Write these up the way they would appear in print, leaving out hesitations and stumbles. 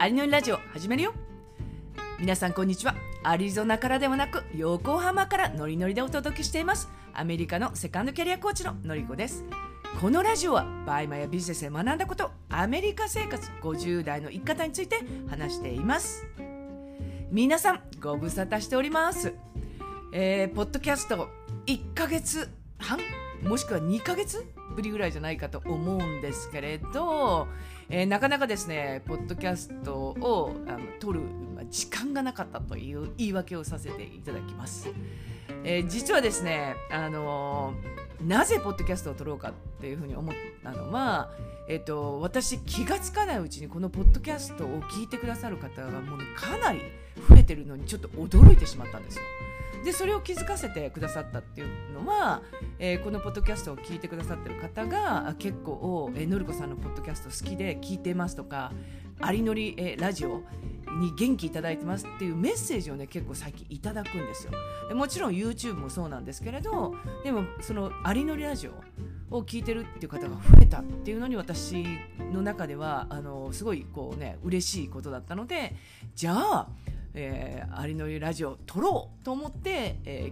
アリのラジオ始めるよ。皆さんこんにちは。アリゾナからではなく横浜からノリノリでお届けしています。アメリカのセカンドキャリアコーチののりこです。このラジオはバイマやビジネスで学んだこと、アメリカ生活50代の生き方について話しています。皆さんご無沙汰しております。ポッドキャスト1ヶ月半もしくは2ヶ月ぶりぐらいじゃないかと思うんですけれど、なかなかですねポッドキャストを撮る時間がなかったという言い訳をさせていただきます。実はですねなぜポッドキャストを撮ろうかっていうふうに思ったのは、私気がつかないうちにこのポッドキャストを聞いてくださる方がもうかなり増えてるのにちょっと驚いてしまったんですよ。でそれを気づかせてくださったっていうのは、このポッドキャストを聞いてくださってる方が結構、のりこさんのポッドキャスト好きで聞いてますとか、ありのり、ラジオに元気いただいてますっていうメッセージをね結構最近いただくんですよ。もちろん YouTube もそうなんですけれど、でもそのありのりラジオを聞いてるっていう方が増えたっていうのに私の中ではすごいこうね嬉しいことだったので、じゃあありのりラジオ撮ろうと思って、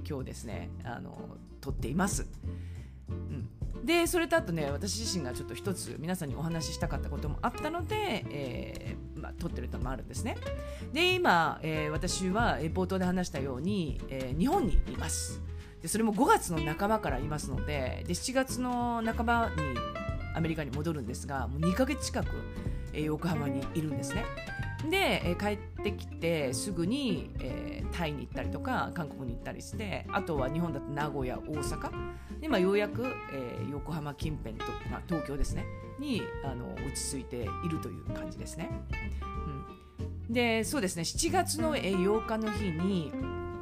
今日ですね撮っています。でそれとあとね私自身がちょっと一つ皆さんにお話ししたかったこともあったので、撮ってるのもあるんですね。で今、私は冒頭で話したように、日本にいます。でそれも5月の半ばからいますので、7月の半ばにアメリカに戻るんですが、もう2ヶ月近く、横浜にいるんですね。で、帰ってきてすぐに、タイに行ったりとか韓国に行ったりして、あとは日本だと名古屋、大阪で、ようやく、横浜近辺と、東京ですねに落ち着いているという感じですね。でそうですね、7月の8日の日に、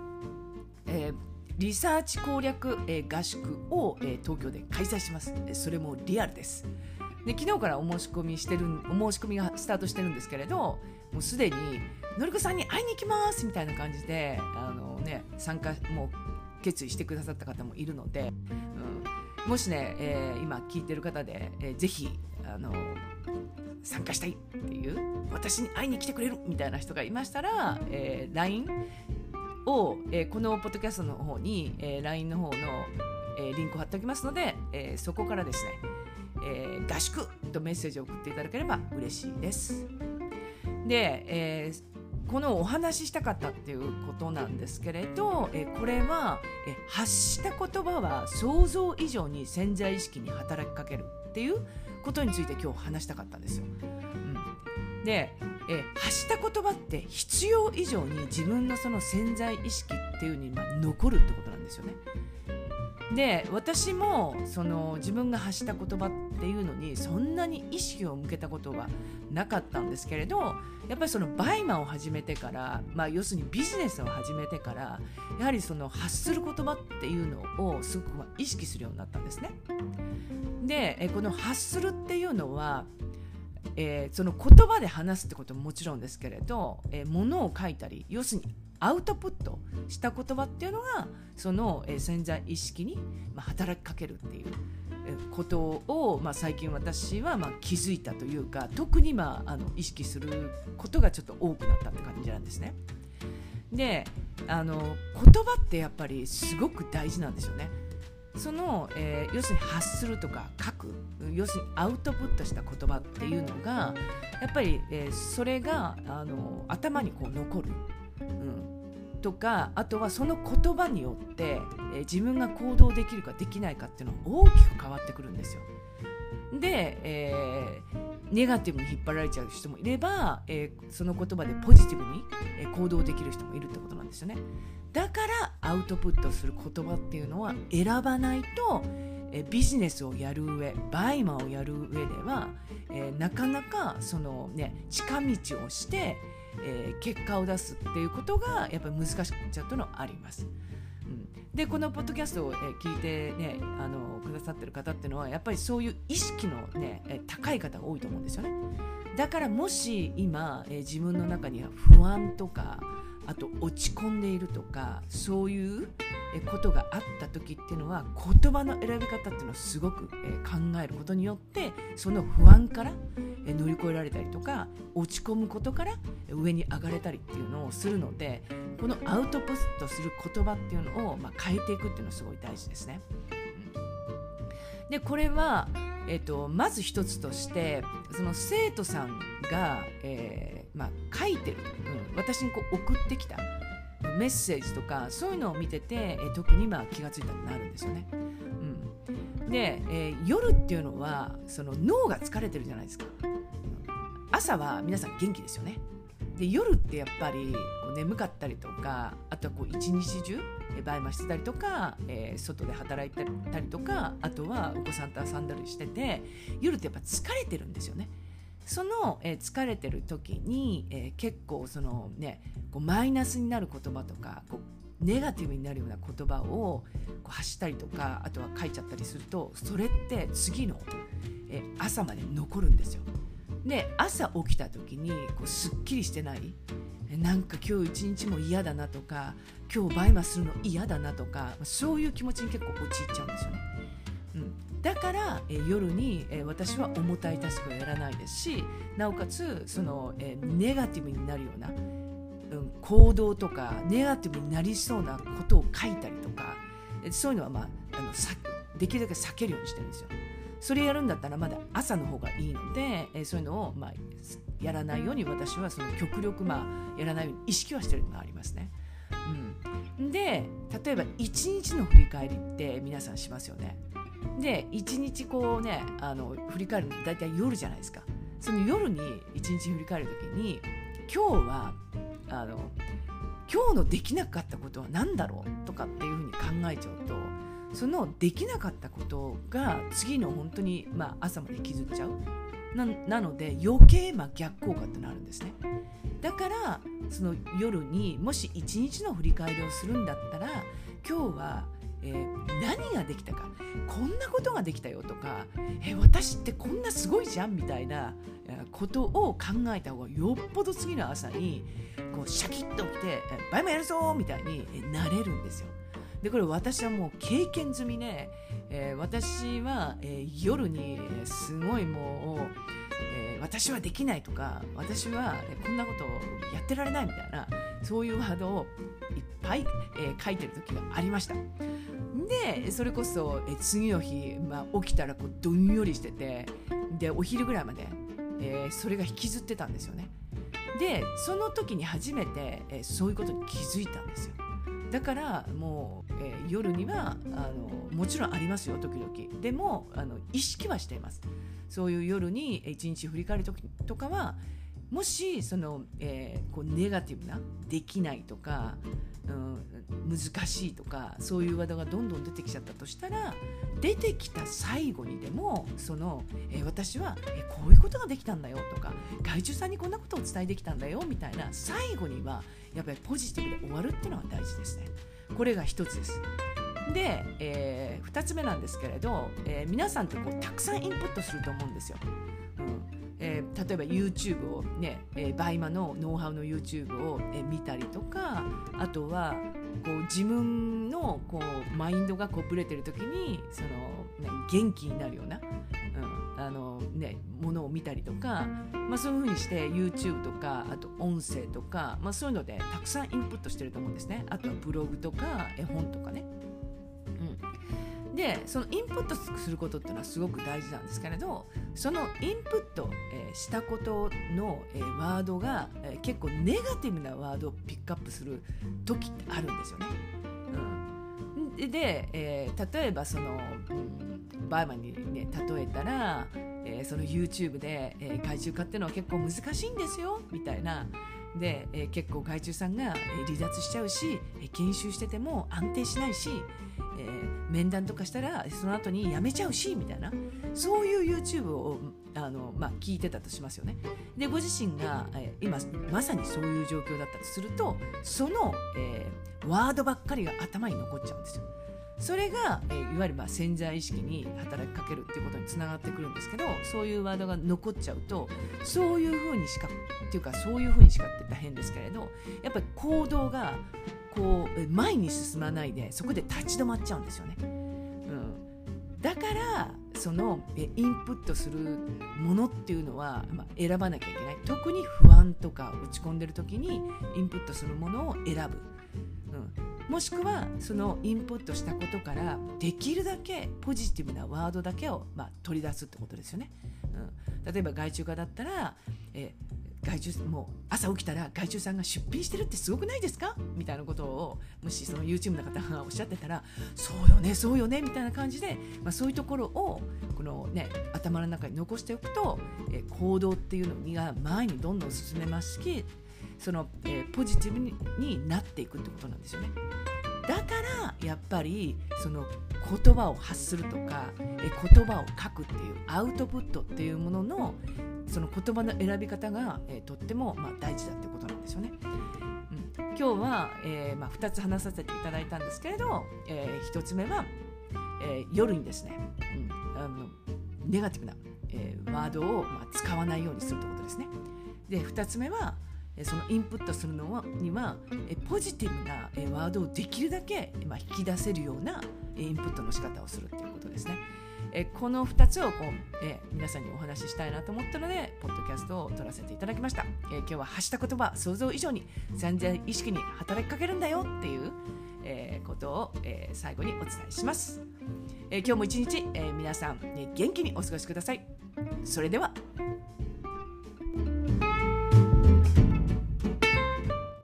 リサーチ攻略、合宿を、東京で開催します。それもリアルです。で昨日からお申し込みがスタートしてるんですけれど、もうすでにのりこさんに会いに行きますみたいな感じで参加もう決意してくださった方もいるので、もしね、今聞いてる方で、ぜひ参加したいっていう、私に会いに来てくれるみたいな人がいましたら、LINE を、このポッドキャストの方に、LINE の方の、リンクを貼っておきますので、そこからですね合宿とメッセージを送っていただければ嬉しいです。で、このお話ししたかったっていうことなんですけれど、これは発した言葉は想像以上に潜在意識に働きかけるっていうことについて今日話したかったんですよ。で、発した言葉って必要以上に自分のその潜在意識っていうに残るってことなんですよね。で私もその自分が発した言葉っていうのにそんなに意識を向けたことはなかったんですけれど、やっぱりそのバイマを始めてから、要するにビジネスを始めてから、やはりその発する言葉っていうのをすごく意識するようになったんですね。でこの発するっていうのは、その言葉で話すってことももちろんですけれど、物を書いたり、要するにアウトプットした言葉っていうのがその潜在意識に働きかけるっていうことを、最近私は気づいたというか、特に意識することがちょっと多くなったって感じなんですね。で言葉ってやっぱりすごく大事なんですよね。その、要するに発するとか書く、要するにアウトプットした言葉っていうのがやっぱり、それが頭にこう残る、とか、あとはその言葉によって、自分が行動できるかできないかっていうのが大きく変わってくるんですよ。で、ネガティブに引っ張られちゃう人もいれば、その言葉でポジティブに、行動できる人もいるってことなんですよね。だからアウトプットする言葉っていうのは選ばないと、ビジネスをやる上、バイマをやる上では、なかなかその、近道をして結果を出すっていうことがやっぱり難しくなっちゃうというのはあります。でこのポッドキャストを聞いて、くださってる方っていうのはやっぱりそういう意識の、高い方が多いと思うんですよね。だからもし今、自分の中には不安とかあと落ち込んでいるとか、そういうことがあった時っていうのは、言葉の選び方っていうのをすごく考えることによって、その不安から乗り越えられたりとか、落ち込むことから上に上がれたりっていうのをするので、このアウトプットする言葉っていうのを変えていくっていうのはすごい大事ですね。でこれは、まず一つとして、その生徒さんが、書いてる、私に送ってきたメッセージとか、そういうのを見てて、特に気がついたとなるんですよね。で、夜っていうのはその脳が疲れてるじゃないですか。朝は皆さん元気ですよね。で夜ってやっぱり眠かったりとか、あとは一日中バイマしてたりとか、外で働いたりとか、あとはお子さんと遊んだりしてて、夜ってやっぱ疲れてるんですよね。その、疲れてる時に、結構そのマイナスになる言葉とか、ネガティブになるような言葉を発したりとか、あとは書いちゃったりすると、それって次の、朝まで残るんですよ。で朝起きた時にすっきりしてない、なんか今日一日も嫌だなとか、今日バイマするの嫌だなとか、そういう気持ちに結構陥っちゃうんですよね。だから、夜に、私は重たいタスクをやらないですし、なおかつその、ネガティブになるような、行動とか、ネガティブになりそうなことを書いたりとか、そういうのは、できるだけ避けるようにしてるんですよ。それやるんだったらまだ朝の方がいいので、そういうのを、やらないように、私はその極力、やらないように意識はしてるのがありますね。で例えば一日の振り返りって皆さんしますよね。で一日振り返るのだいたい夜じゃないですか。その夜に一日振り返るときに、今日は今日のできなかったことは何だろうとかっていうふうに考えちゃうと、そのできなかったことが次の本当に、朝まで気づっちゃう。なので余計逆効果ってなるんですね。だからその夜にもし一日の振り返りをするんだったら、今日は、何ができたか、こんなことができたよとか、私ってこんなすごいじゃんみたいなことを考えた方が、よっぽど次の朝にシャキッと起きて、バイバイやるぞみたいになれるんですよ。でこれ私はもう経験済みで、私は、夜にすごいもう、私はできないとか、私はこんなことをやってられないみたいな、そういうワードをいっぱい、書いてる時がありました。でそれこそ、次の日、起きたらどんよりしてて、でお昼ぐらいまで、それが引きずってたんですよね。でその時に初めて、そういうことに気づいたんですよ。だからもう、夜にはもちろんありますよ、時々。でも意識はしています。そういう夜に一日振り返る時とかは、もしその、ネガティブなできないとか、難しいとか、そういうワードがどんどん出てきちゃったとしたら、出てきた最後にでもその、私は、こういうことができたんだよとか、外注さんにこんなことをお伝えできたんだよみたいな、最後にはやっぱりポジティブで終わるっていうのが大事ですね。これが一つです。で、2つ目なんですけれど、皆さんってたくさんインプットすると思うんですよ。例えば YouTube をね、バイマのノウハウの YouTube を、見たりとか、あとは自分のマインドがブレてる時にその、元気になるような、ものを見たりとか、そういう風にして YouTube とか、あと音声とか、そういうのでたくさんインプットしてると思うんですね。あとはブログとか絵本とかね。でそのインプットすることっていうのはすごく大事なんですけれど、そのインプット、したことの、ワードが、結構ネガティブなワードをピックアップする時ってあるんですよね。で、例えばその、バイマンに、例えたら、その YouTube で、外注化っていうのは結構難しいんですよみたいな。で、結構外注さんが、離脱しちゃうし、研修してても安定しないし、面談とかしたらその後に辞めちゃうしみたいな、そういう YouTube を聞いてたとしますよね。でご自身が、今まさにそういう状況だったとすると、その、ワードばっかりが頭に残っちゃうんですよ。 それが、いわゆる潜在意識に働きかけるっていうことにつながってくるんですけど、そういうワードが残っちゃうと、そういうふうにしかっていうか、そういうふうにしかって言ったら変ですけれど、やっぱり行動がこう前に進まないで、そこで立ち止まっちゃうんですよね。だからそのインプットするものっていうのは、選ばなきゃいけない。特に不安とか落ち込んでる時にインプットするものを選ぶ、もしくはそのインプットしたことからできるだけポジティブなワードだけを、取り出すってことですよね。例えば外注家だったら、外注もう朝起きたら外注さんが出品してるってすごくないですかみたいなことを、もしその YouTube の方がおっしゃってたら、そうよねそうよねみたいな感じで、そういうところをこの、頭の中に残しておくと、行動っていうのが前にどんどん進めますし、その、ポジティブになっていくってことなんですよね。だからやっぱりその言葉を発するとか、言葉を書くっていうアウトプットっていうもののその言葉の選び方が、とっても大事だってことなんですよね。今日は、2つ話させていただいたんですけれど、1つ目は、夜にですね、ネガティブな、ワードを、使わないようにするということですね。で、2つ目はそのインプットするのにはポジティブなワードをできるだけ引き出せるようなインプットの仕方をするということですね。この2つを皆さんにお話ししたいなと思ったのでポッドキャストを撮らせていただきました。今日は発した言葉、想像以上に潜在意識に働きかけるんだよっていう、ことを、最後にお伝えします。今日も一日、皆さん、元気にお過ごしください。それでは。